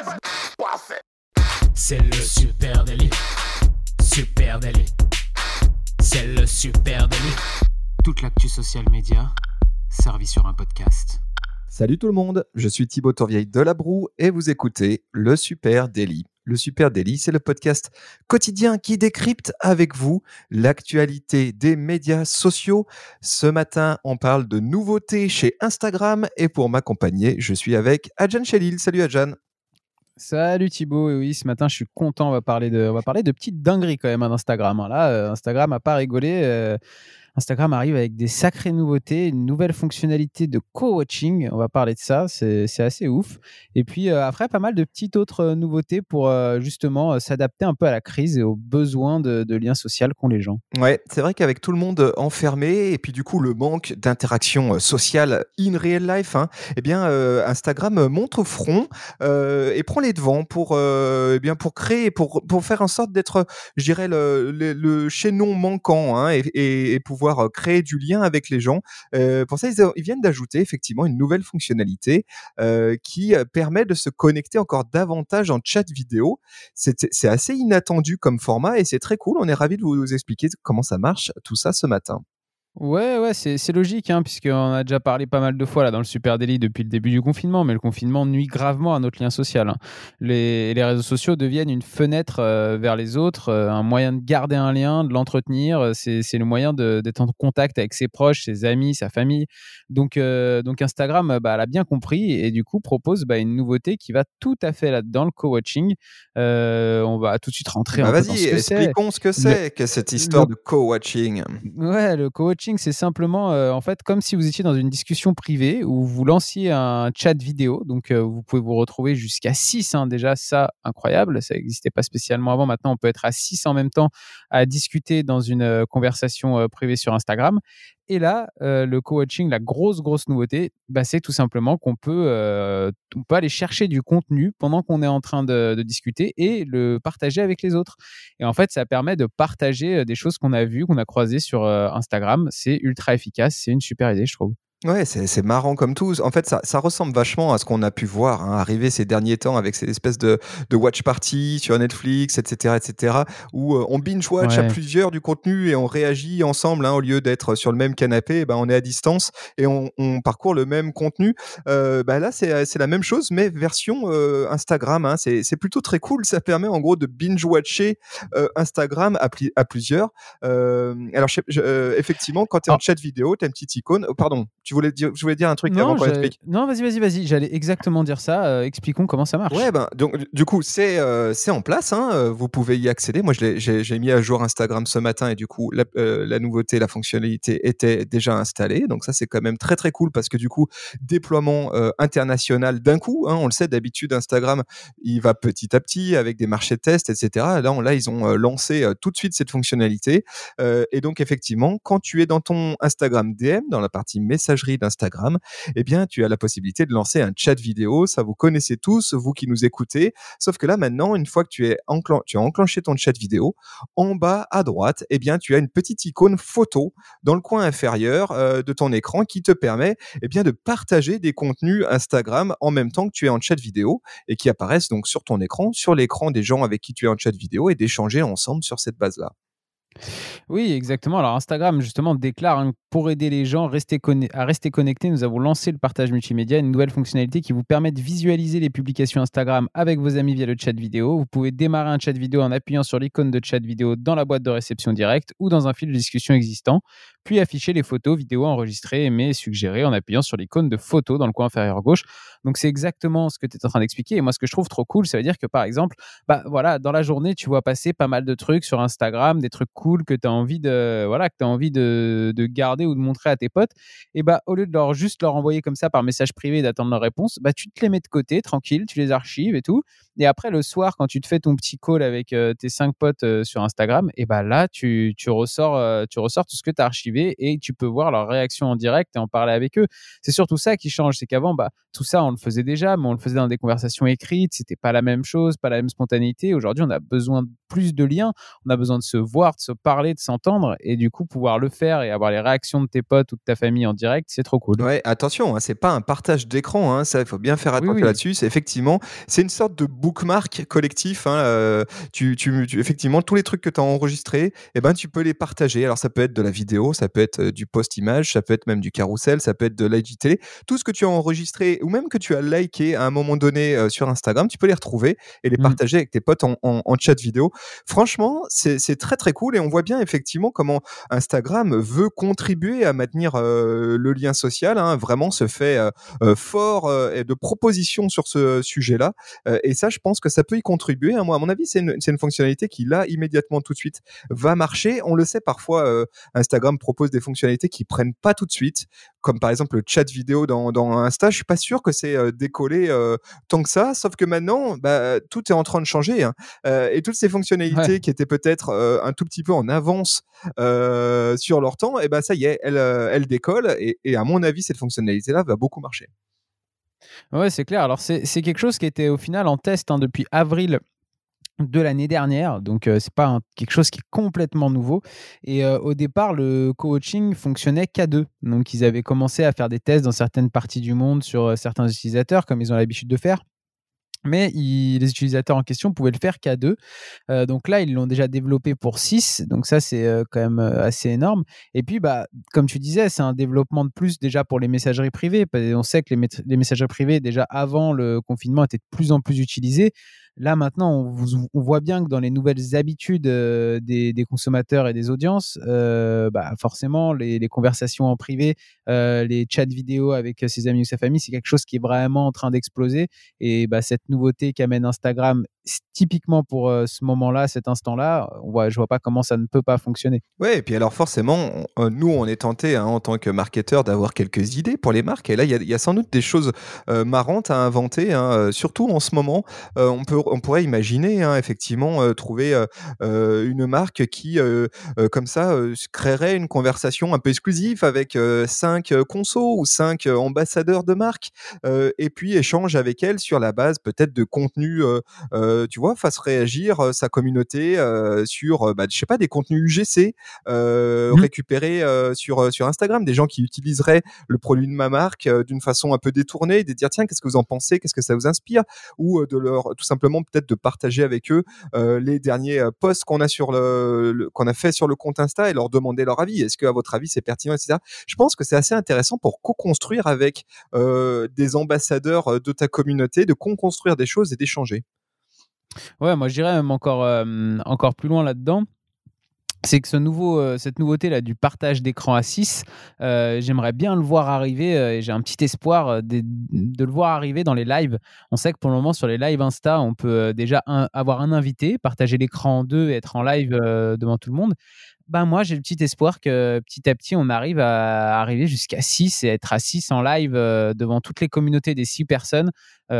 C'est le super délit. Super délit. C'est le super délit. Toute l'actu social média servie sur un podcast. Salut tout le monde, je suis Thibaut Tourvieille de La Broue et vous écoutez le Super Daily. Le Super Daily, c'est le podcast quotidien qui décrypte avec vous l'actualité des médias sociaux. Ce matin, on parle de nouveautés chez Instagram et pour m'accompagner, je suis avec Adjan Chelil. Salut Adjan. Salut Thibaut, et oui, ce matin je suis content, on va parler de petites dingueries quand même d'Instagram. Là, Instagram n'a pas rigolé. Instagram arrive avec des sacrées nouveautés, une nouvelle fonctionnalité de co-watching, on va parler de ça, c'est assez ouf. Et puis après, pas mal de petites autres nouveautés pour justement s'adapter un peu à la crise et aux besoins de liens sociaux qu'ont les gens. Ouais, c'est vrai qu'avec tout le monde enfermé et puis du coup le manque d'interaction sociale in real life, eh bien Instagram monte au front et prend les devants pour pour créer, pour faire en sorte d'être, je dirais le chaînon manquant et pouvoir créer du lien avec les gens. Pour ça, ils viennent d'ajouter effectivement une nouvelle fonctionnalité qui permet de se connecter encore davantage en chat vidéo. C'est assez inattendu comme format et c'est très cool. On est ravis de vous expliquer comment ça marche, tout ça ce matin. Ouais, c'est logique, puisqu'on a déjà parlé pas mal de fois là, dans le Super Daily depuis le début du confinement, mais le confinement nuit gravement à notre lien social. Les réseaux sociaux deviennent une fenêtre vers les autres, un moyen de garder un lien, de l'entretenir. C'est le moyen d'être en contact avec ses proches, ses amis, sa famille. Donc Instagram, elle a bien compris et du coup propose une nouveauté qui va tout à fait là-dedans, le co-watching. On va tout de suite rentrer un peu dans ce que c'est. Expliquons ce que c'est que cette histoire de co-watching. Ouais, le co-watching, c'est simplement en fait comme si vous étiez dans une discussion privée où vous lanciez un chat vidéo. Donc vous pouvez vous retrouver jusqu'à 6, déjà ça, incroyable, ça n'existait pas spécialement avant. Maintenant, on peut être à 6 en même temps à discuter dans une conversation privée sur Instagram. Et là, le co-watching, la grosse nouveauté, c'est tout simplement qu'on peut aller chercher du contenu pendant qu'on est en train de discuter et le partager avec les autres. Et en fait, ça permet de partager des choses qu'on a vues, qu'on a croisées sur Instagram. C'est ultra efficace, c'est une super idée, je trouve. Ouais, c'est marrant comme tout. En fait, ça ressemble vachement à ce qu'on a pu voir arriver ces derniers temps avec ces espèces de watch party sur Netflix, etc., où on binge-watch à plusieurs du contenu et on réagit ensemble au lieu d'être sur le même canapé. On est à distance et on parcourt le même contenu. Là, c'est la même chose, mais version Instagram. C'est plutôt très cool. Ça permet en gros de binge-watcher Instagram à plusieurs. Alors, effectivement, quand tu es en chat vidéo, tu as une petite icône. Oh, pardon. Je voulais dire un truc avant qu'on explique. Non, vas-y. J'allais exactement dire ça. Expliquons comment ça marche. Ouais, donc du coup, c'est en place. Vous pouvez y accéder. Moi, j'ai mis à jour Instagram ce matin et du coup, la nouveauté, la fonctionnalité était déjà installée. Donc ça, c'est quand même très très cool parce que du coup, déploiement international d'un coup. On le sait, d'habitude, Instagram, il va petit à petit avec des marchés de test, etc. Là, ils ont lancé tout de suite cette fonctionnalité. Et donc, effectivement, quand tu es dans ton Instagram DM, dans la partie messagerie d'Instagram, eh bien, tu as la possibilité de lancer un chat vidéo. Ça, vous connaissez tous, vous qui nous écoutez. Sauf que là, maintenant, une fois que tu as enclenché ton chat vidéo, en bas à droite, eh bien, tu as une petite icône photo dans le coin inférieur de ton écran qui te permet de partager des contenus Instagram en même temps que tu es en chat vidéo et qui apparaissent donc sur ton écran, sur l'écran des gens avec qui tu es en chat vidéo et d'échanger ensemble sur cette base-là. Oui, exactement. Alors Instagram, justement, déclare pour aider les gens à rester connectés, nous avons lancé le partage multimédia, une nouvelle fonctionnalité qui vous permet de visualiser les publications Instagram avec vos amis via le chat vidéo. Vous pouvez démarrer un chat vidéo en appuyant sur l'icône de chat vidéo dans la boîte de réception directe ou dans un fil de discussion existant, puis afficher les photos, vidéos enregistrées, aimées et suggérées en appuyant sur l'icône de photo dans le coin inférieur gauche. Donc c'est exactement ce que tu es en train d'expliquer. Et moi, ce que je trouve trop cool, ça veut dire que par exemple, dans la journée, tu vois passer pas mal de trucs sur Instagram, des trucs cool que tu as envie de garder ou de montrer à tes potes. Et au lieu de juste leur envoyer comme ça par message privé et d'attendre leur réponse, tu te les mets de côté, tranquille, tu les archives et tout. Et après, le soir, quand tu te fais ton petit call avec tes 5 potes sur Instagram, là, tu ressors tout ce que tu as archivé privés et tu peux voir leurs réactions en direct et en parler avec eux. C'est surtout ça qui change, c'est qu'avant, tout ça, on le faisait déjà, mais on le faisait dans des conversations écrites, c'était pas la même chose, pas la même spontanéité. Aujourd'hui, on a besoin de plus de liens, on a besoin de se voir, de se parler, de s'entendre, et du coup, pouvoir le faire et avoir les réactions de tes potes ou de ta famille en direct, c'est trop cool. Ouais, attention, hein, c'est pas un partage d'écran, hein, ça, il faut bien faire attention là-dessus. C'est une sorte de bookmark collectif. Hein, effectivement, tous les trucs que tu as enregistrés, tu peux les partager. Alors, ça peut être de la vidéo, ça peut être du post-image, ça peut être même du carrousel, ça peut être de l'IGTV. Tout ce que tu as enregistré ou même que tu as liké à un moment donné sur Instagram, tu peux les retrouver et les partager avec tes potes en chat vidéo. Franchement, c'est très très cool et on voit bien effectivement comment Instagram veut contribuer à maintenir le lien social. Hein, vraiment se fait fort de propositions sur ce sujet-là. Et ça, je pense que ça peut y contribuer. Hein. Moi, à mon avis, c'est une fonctionnalité qui, là, immédiatement, tout de suite, va marcher. On le sait, parfois, Instagram propose des fonctionnalités qui prennent pas tout de suite, comme par exemple le chat vidéo dans Insta. Je suis pas sûr que c'est décollé tant que ça, sauf que maintenant, tout est en train de changer. Hein. Et toutes ces fonctionnalités qui étaient peut-être un tout petit peu en avance sur leur temps, ça y est, elles décollent. Et à mon avis, cette fonctionnalité-là va beaucoup marcher. Ouais, c'est clair. Alors, c'est quelque chose qui était au final en test depuis avril de l'année dernière, donc c'est pas quelque chose qui est complètement nouveau. Et au départ, le coaching fonctionnait qu'à deux. Donc, ils avaient commencé à faire des tests dans certaines parties du monde sur certains utilisateurs, comme ils ont l'habitude de faire. Mais les utilisateurs en question pouvaient le faire qu'à 2. Donc là, ils l'ont déjà développé pour 6. Donc ça, c'est quand même assez énorme. Et puis, comme tu disais, c'est un développement de plus déjà pour les messageries privées. On sait que les messageries privées, déjà avant le confinement, étaient de plus en plus utilisées. Là, maintenant, on voit bien que dans les nouvelles habitudes des consommateurs et des audiences, forcément, les conversations en privé, les chats vidéo avec ses amis ou sa famille, c'est quelque chose qui est vraiment en train d'exploser. Et cette nouveauté qu'amène Instagram, typiquement pour ce moment-là, cet instant-là, je vois pas comment ça ne peut pas fonctionner. Ouais, et puis alors forcément, nous, on est tenté en tant que marketeur d'avoir quelques idées pour les marques. Et là, il y a sans doute des choses marrantes à inventer. Hein. Surtout en ce moment, on pourrait imaginer effectivement trouver une marque qui, comme ça, créerait une conversation un peu exclusive avec 5 consos ou 5 ambassadeurs de marque, et puis échange avec elles sur la base peut-être de contenu, tu vois, fasse réagir sa communauté sur, je sais pas, des contenus UGC récupérés sur Instagram, des gens qui utiliseraient le produit de ma marque d'une façon un peu détournée, de dire tiens, qu'est-ce que vous en pensez, qu'est-ce que ça vous inspire, ou de leur tout simplement peut-être de partager avec eux les derniers posts qu'on a qu'on a fait sur le compte Insta et leur demander leur avis. Est-ce que à votre avis c'est pertinent, etc. Je pense que c'est assez intéressant pour co-construire avec des ambassadeurs de ta communauté, de co-construire des choses et d'échanger. Ouais, moi je dirais même encore plus loin là-dedans. C'est que cette nouveauté là du partage d'écran à 6, j'aimerais bien le voir arriver et j'ai un petit espoir de le voir arriver dans les lives. On sait que pour le moment sur les lives Insta, on peut déjà avoir un invité, partager l'écran en deux et être en live devant tout le monde. Moi, j'ai le petit espoir que petit à petit, on arrive à arriver jusqu'à 6 et être à 6 en live devant toutes les communautés des 6 personnes.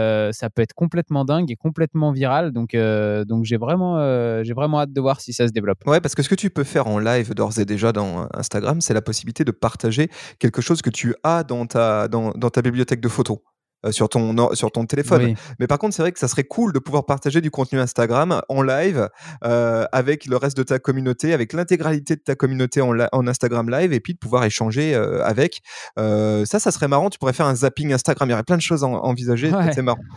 Ça peut être complètement dingue et complètement viral. Donc j'ai vraiment hâte de voir si ça se développe. Ouais, parce que ce que tu peux faire en live d'ores et déjà dans Instagram, c'est la possibilité de partager quelque chose que tu as dans ta bibliothèque de photos. Sur ton téléphone. Oui. Mais par contre, c'est vrai que ça serait cool de pouvoir partager du contenu Instagram en live avec le reste de ta communauté, avec l'intégralité de ta communauté en Instagram live, et puis de pouvoir échanger avec. Ça serait marrant. Tu pourrais faire un zapping Instagram. Il y aurait plein de choses à envisager. Ouais. C'est marrant.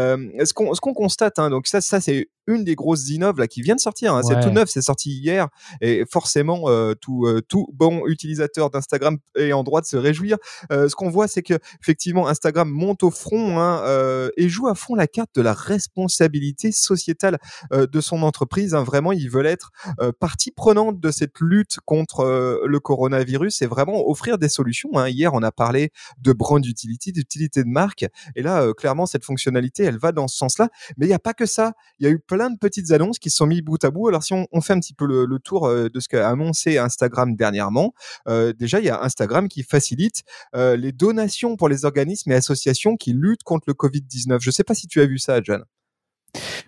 Ce qu'on constate, donc ça c'est une des grosses innoves là qui vient de sortir. Hein. Ouais. C'est tout neuf, c'est sorti hier, et forcément tout bon utilisateur d'Instagram est en droit de se réjouir. Ce qu'on voit, c'est que effectivement Instagram monte au front et joue à fond la carte de la responsabilité sociétale de son entreprise. Hein. Vraiment, ils veulent être partie prenante de cette lutte contre le coronavirus et vraiment offrir des solutions. Hein. Hier, on a parlé de brand utility, d'utilité de marque, et là, clairement, cette fonctionnalité, elle va dans ce sens-là. Mais il n'y a pas que ça. Il y a eu plein de petites annonces qui se sont mis bout à bout. Alors, si on fait un petit peu le tour de ce qu'a annoncé Instagram dernièrement, déjà, il y a Instagram qui facilite les donations pour les organismes et associations qui luttent contre le Covid-19. Je ne sais pas si tu as vu ça, John.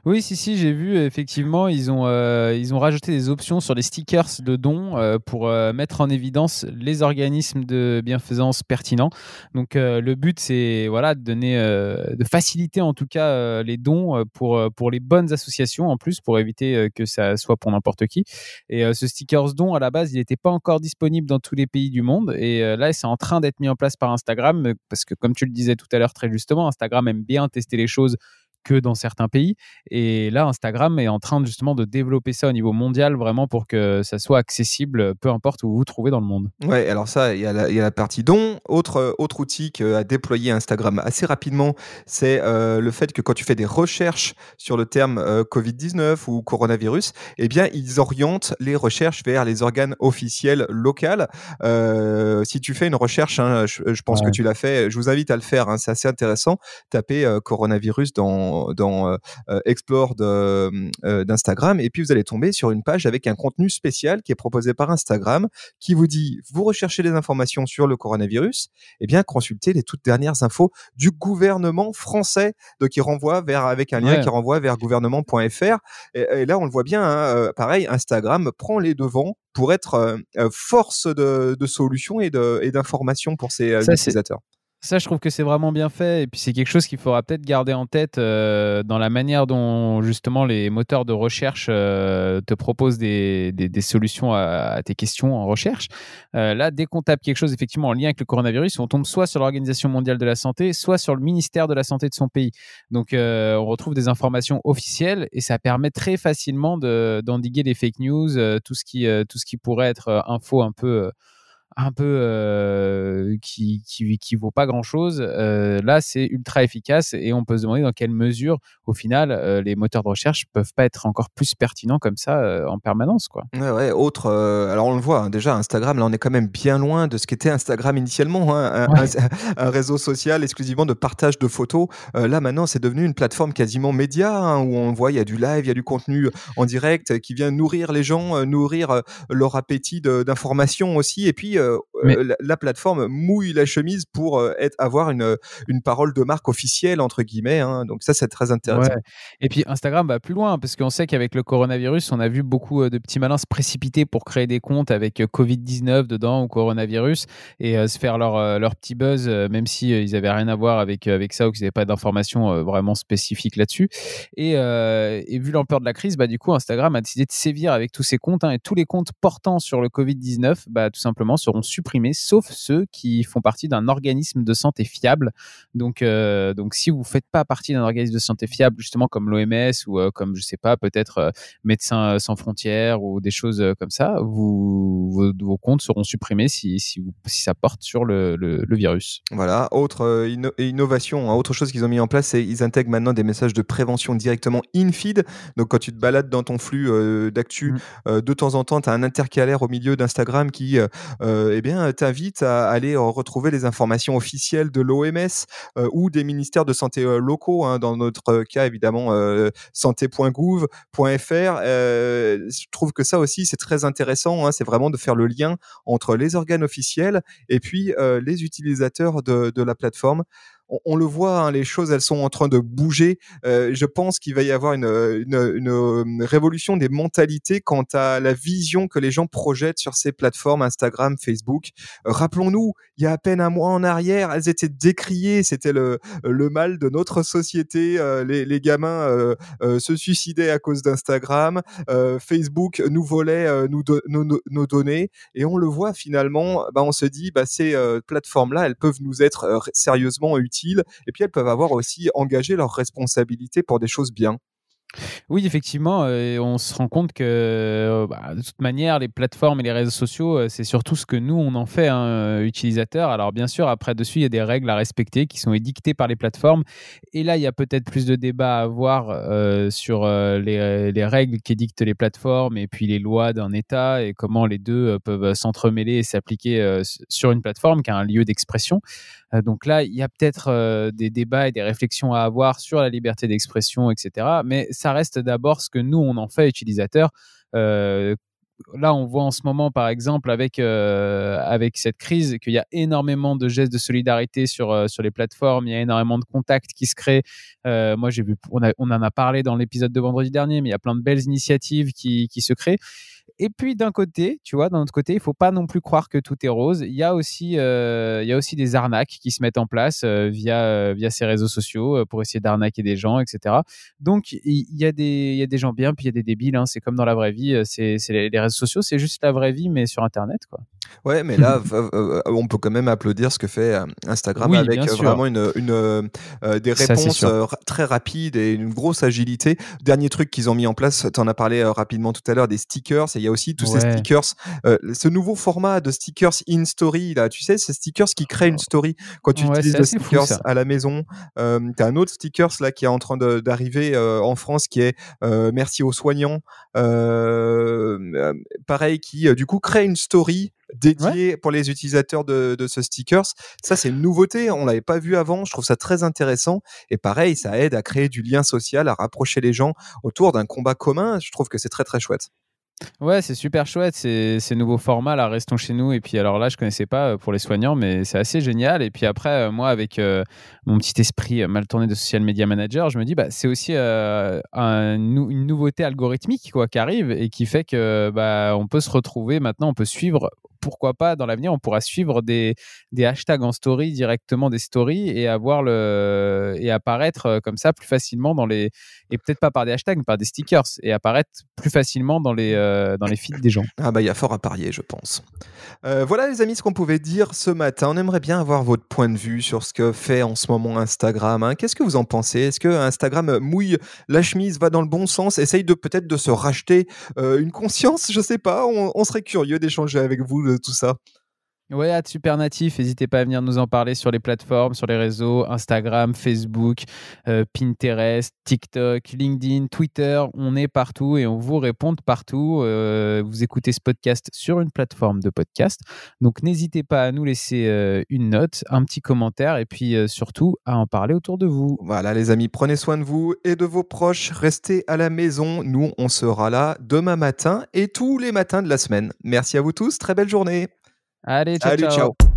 Oui, si, j'ai vu effectivement, ils ont rajouté des options sur les stickers de dons pour mettre en évidence les organismes de bienfaisance pertinents. Donc le but, c'est voilà, de donner, de faciliter en tout cas les dons pour les bonnes associations en plus, pour éviter que ça soit pour n'importe qui. Et ce stickers don, à la base, il n'était pas encore disponible dans tous les pays du monde. Et là, c'est en train d'être mis en place par Instagram parce que, comme tu le disais tout à l'heure très justement, Instagram aime bien tester les choses que dans certains pays. Et là, Instagram est en train justement de développer ça au niveau mondial, vraiment pour que ça soit accessible, peu importe où vous vous trouvez dans le monde. Ouais, alors ça, il y a la partie don. Autre outil a déployé Instagram assez rapidement, c'est le fait que quand tu fais des recherches sur le terme Covid-19 ou coronavirus, eh bien, ils orientent les recherches vers les organes officiels locaux. Si tu fais une recherche, hein, je pense que tu l'as fait, je vous invite à le faire, hein, c'est assez intéressant. Tapez coronavirus dans Explore d'Instagram et puis vous allez tomber sur une page avec un contenu spécial qui est proposé par Instagram qui vous dit, vous recherchez des informations sur le coronavirus, eh bien, consultez les toutes dernières infos du gouvernement français. Donc, il renvoie avec un lien qui renvoie vers gouvernement.fr. Et là, on le voit bien, hein, pareil, Instagram prend les devants pour être force de solutions et d'informations pour ses utilisateurs. Ça, je trouve que c'est vraiment bien fait. Et puis, c'est quelque chose qu'il faudra peut-être garder en tête dans la manière dont, justement, les moteurs de recherche te proposent des solutions à tes questions en recherche. Là, dès qu'on tape quelque chose, effectivement, en lien avec le coronavirus, on tombe soit sur l'Organisation mondiale de la santé, soit sur le ministère de la santé de son pays. Donc, on retrouve des informations officielles et ça permet très facilement d'endiguer les fake news, tout ce qui pourrait être info un peu qui vaut pas grand chose. Là, c'est ultra efficace et on peut se demander dans quelle mesure, au final, les moteurs de recherche peuvent pas être encore plus pertinents comme ça en permanence, quoi. Ouais. Alors on le voit, hein, déjà Instagram, là on est quand même bien loin de ce qu'était Instagram initialement, hein, un réseau social exclusivement de partage de photos. Là maintenant, c'est devenu une plateforme quasiment média, hein, où on voit il y a du live, il y a du contenu en direct qui vient nourrir les gens, nourrir leur appétit d'information aussi. Et puis la plateforme mouille la chemise pour avoir une parole de marque officielle entre guillemets, hein. Donc ça, c'est très intéressant. Ouais. Et puis Instagram va plus loin parce qu'on sait qu'avec le coronavirus, on a vu beaucoup de petits malins se précipiter pour créer des comptes avec Covid-19 dedans ou coronavirus et se faire leur petit buzz, même si ils avaient rien à voir avec ça ou qu'ils n'avaient pas d'informations vraiment spécifiques là-dessus. Et vu l'ampleur de la crise, du coup, Instagram a décidé de sévir avec tous ces comptes, hein, et tous les comptes portant sur le Covid-19, tout simplement, seront supprimés, sauf ceux qui font partie d'un organisme de santé fiable. Donc si vous ne faites pas partie d'un organisme de santé fiable, justement comme l'OMS ou comme, je sais pas, peut-être Médecins sans frontières ou des choses comme ça, vos comptes seront supprimés si ça porte sur le virus. Voilà, autre innovation, hein, autre chose qu'ils ont mis en place, c'est ils intègrent maintenant des messages de prévention directement in-feed. Donc quand tu te balades dans ton flux d'actu, de temps en temps, tu as un intercalaire au milieu d'Instagram qui t'invite à aller retrouver les informations officielles de l'OMS ou des ministères de santé locaux, hein, dans notre cas évidemment santé.gouv.fr. Je trouve que ça aussi c'est très intéressant, hein, c'est vraiment de faire le lien entre les organes officiels et puis les utilisateurs de la plateforme. On le voit, hein, les choses, elles sont en train de bouger. Je pense qu'il va y avoir une révolution des mentalités quant à la vision que les gens projettent sur ces plateformes Instagram, Facebook. Rappelons-nous, il y a à peine un mois en arrière, elles étaient décriées. C'était le mal de notre société. Les gamins se suicidaient à cause d'Instagram. Facebook nous volait nos données. Et on le voit finalement, on se dit, ces plateformes-là, elles peuvent nous être sérieusement utiles. Et puis elles peuvent avoir aussi engagé leurs responsabilités pour des choses bien. Oui, effectivement, et on se rend compte que de toute manière, les plateformes et les réseaux sociaux, c'est surtout ce que nous, on en fait, hein, utilisateurs. Alors bien sûr, après dessus, il y a des règles à respecter qui sont édictées par les plateformes. Et là, il y a peut-être plus de débats à avoir sur les règles qu'édictent les plateformes et puis les lois d'un État et comment les deux peuvent s'entremêler et s'appliquer sur une plateforme qui a un lieu d'expression. Donc là, il y a peut-être des débats et des réflexions à avoir sur la liberté d'expression, etc. Mais ça reste d'abord ce que nous, on en fait, utilisateurs. là, on voit en ce moment, par exemple, avec cette crise, qu'il y a énormément de gestes de solidarité sur les plateformes. Il y a énormément de contacts qui se créent. Moi, j'ai vu, on en a parlé dans l'épisode de vendredi dernier, mais il y a plein de belles initiatives qui se créent. Et puis d'un côté, tu vois, d'un autre côté, il faut pas non plus croire que tout est rose. Il y a aussi des arnaques qui se mettent en place via ces réseaux sociaux pour essayer d'arnaquer des gens, etc. Donc il y a des gens bien, puis il y a des débiles. Hein. C'est comme dans la vraie vie. C'est les réseaux sociaux, c'est juste la vraie vie, mais sur Internet, quoi. Ouais, mais là, on peut quand même applaudir ce que fait Instagram, Oui, avec bien sûr. vraiment des Ça, c'est réponses sûr. très rapides et une grosse agilité. Dernier truc qu'ils ont mis en place, tu en as parlé rapidement tout à l'heure, des stickers. Et il y a aussi tous ces Ouais. stickers, ce nouveau format de stickers in story, là, tu sais, ces stickers qui créent une story quand tu Ouais, utilises c'est le assez fou, stickers ça. à la maison. Tu as un autre stickers là qui est en train d'arriver en France, qui est merci aux soignants. Pareil, qui du coup crée une story dédié pour les utilisateurs de ce stickers. Ça, c'est une nouveauté, on l'avait pas vu avant, je trouve ça très intéressant. Et pareil, ça aide à créer du lien social, à rapprocher les gens autour d'un combat commun. Je trouve que c'est très très chouette. Ouais, c'est super chouette, ces nouveaux formats là, restons chez nous. Et puis alors là, je connaissais pas pour les soignants, mais c'est assez génial. Et puis après, moi, avec mon petit esprit mal tourné de social media manager, je me dis, bah, c'est aussi une nouveauté algorithmique, quoi, qui arrive et qui fait que on peut se retrouver maintenant, on peut suivre. Pourquoi pas dans l'avenir, on pourra suivre des hashtags en story directement, des stories, et et apparaître comme ça plus facilement et peut-être pas par des hashtags, mais par des stickers, et apparaître plus facilement dans les feeds des gens. Ah bah, il y a fort à parier, je pense. Voilà les amis, ce qu'on pouvait dire ce matin. On aimerait bien avoir votre point de vue sur ce que fait en ce moment Instagram, hein. Qu'est-ce que vous en pensez? Est-ce que Instagram mouille la chemise, va dans le bon sens, essaye peut-être de se racheter une conscience? Je sais pas, on serait curieux d'échanger avec vous de tout ça. Ouais, @supernatif, n'hésitez pas à venir nous en parler sur les plateformes, sur les réseaux, Instagram, Facebook, Pinterest, TikTok, LinkedIn, Twitter. On est partout et on vous répond de partout. Vous écoutez ce podcast sur une plateforme de podcast. Donc, n'hésitez pas à nous laisser une note, un petit commentaire, et puis surtout à en parler autour de vous. Voilà les amis, prenez soin de vous et de vos proches. Restez à la maison. Nous, on sera là demain matin et tous les matins de la semaine. Merci à vous tous. Très belle journée. Allez, ciao, Salut, ciao. ciao.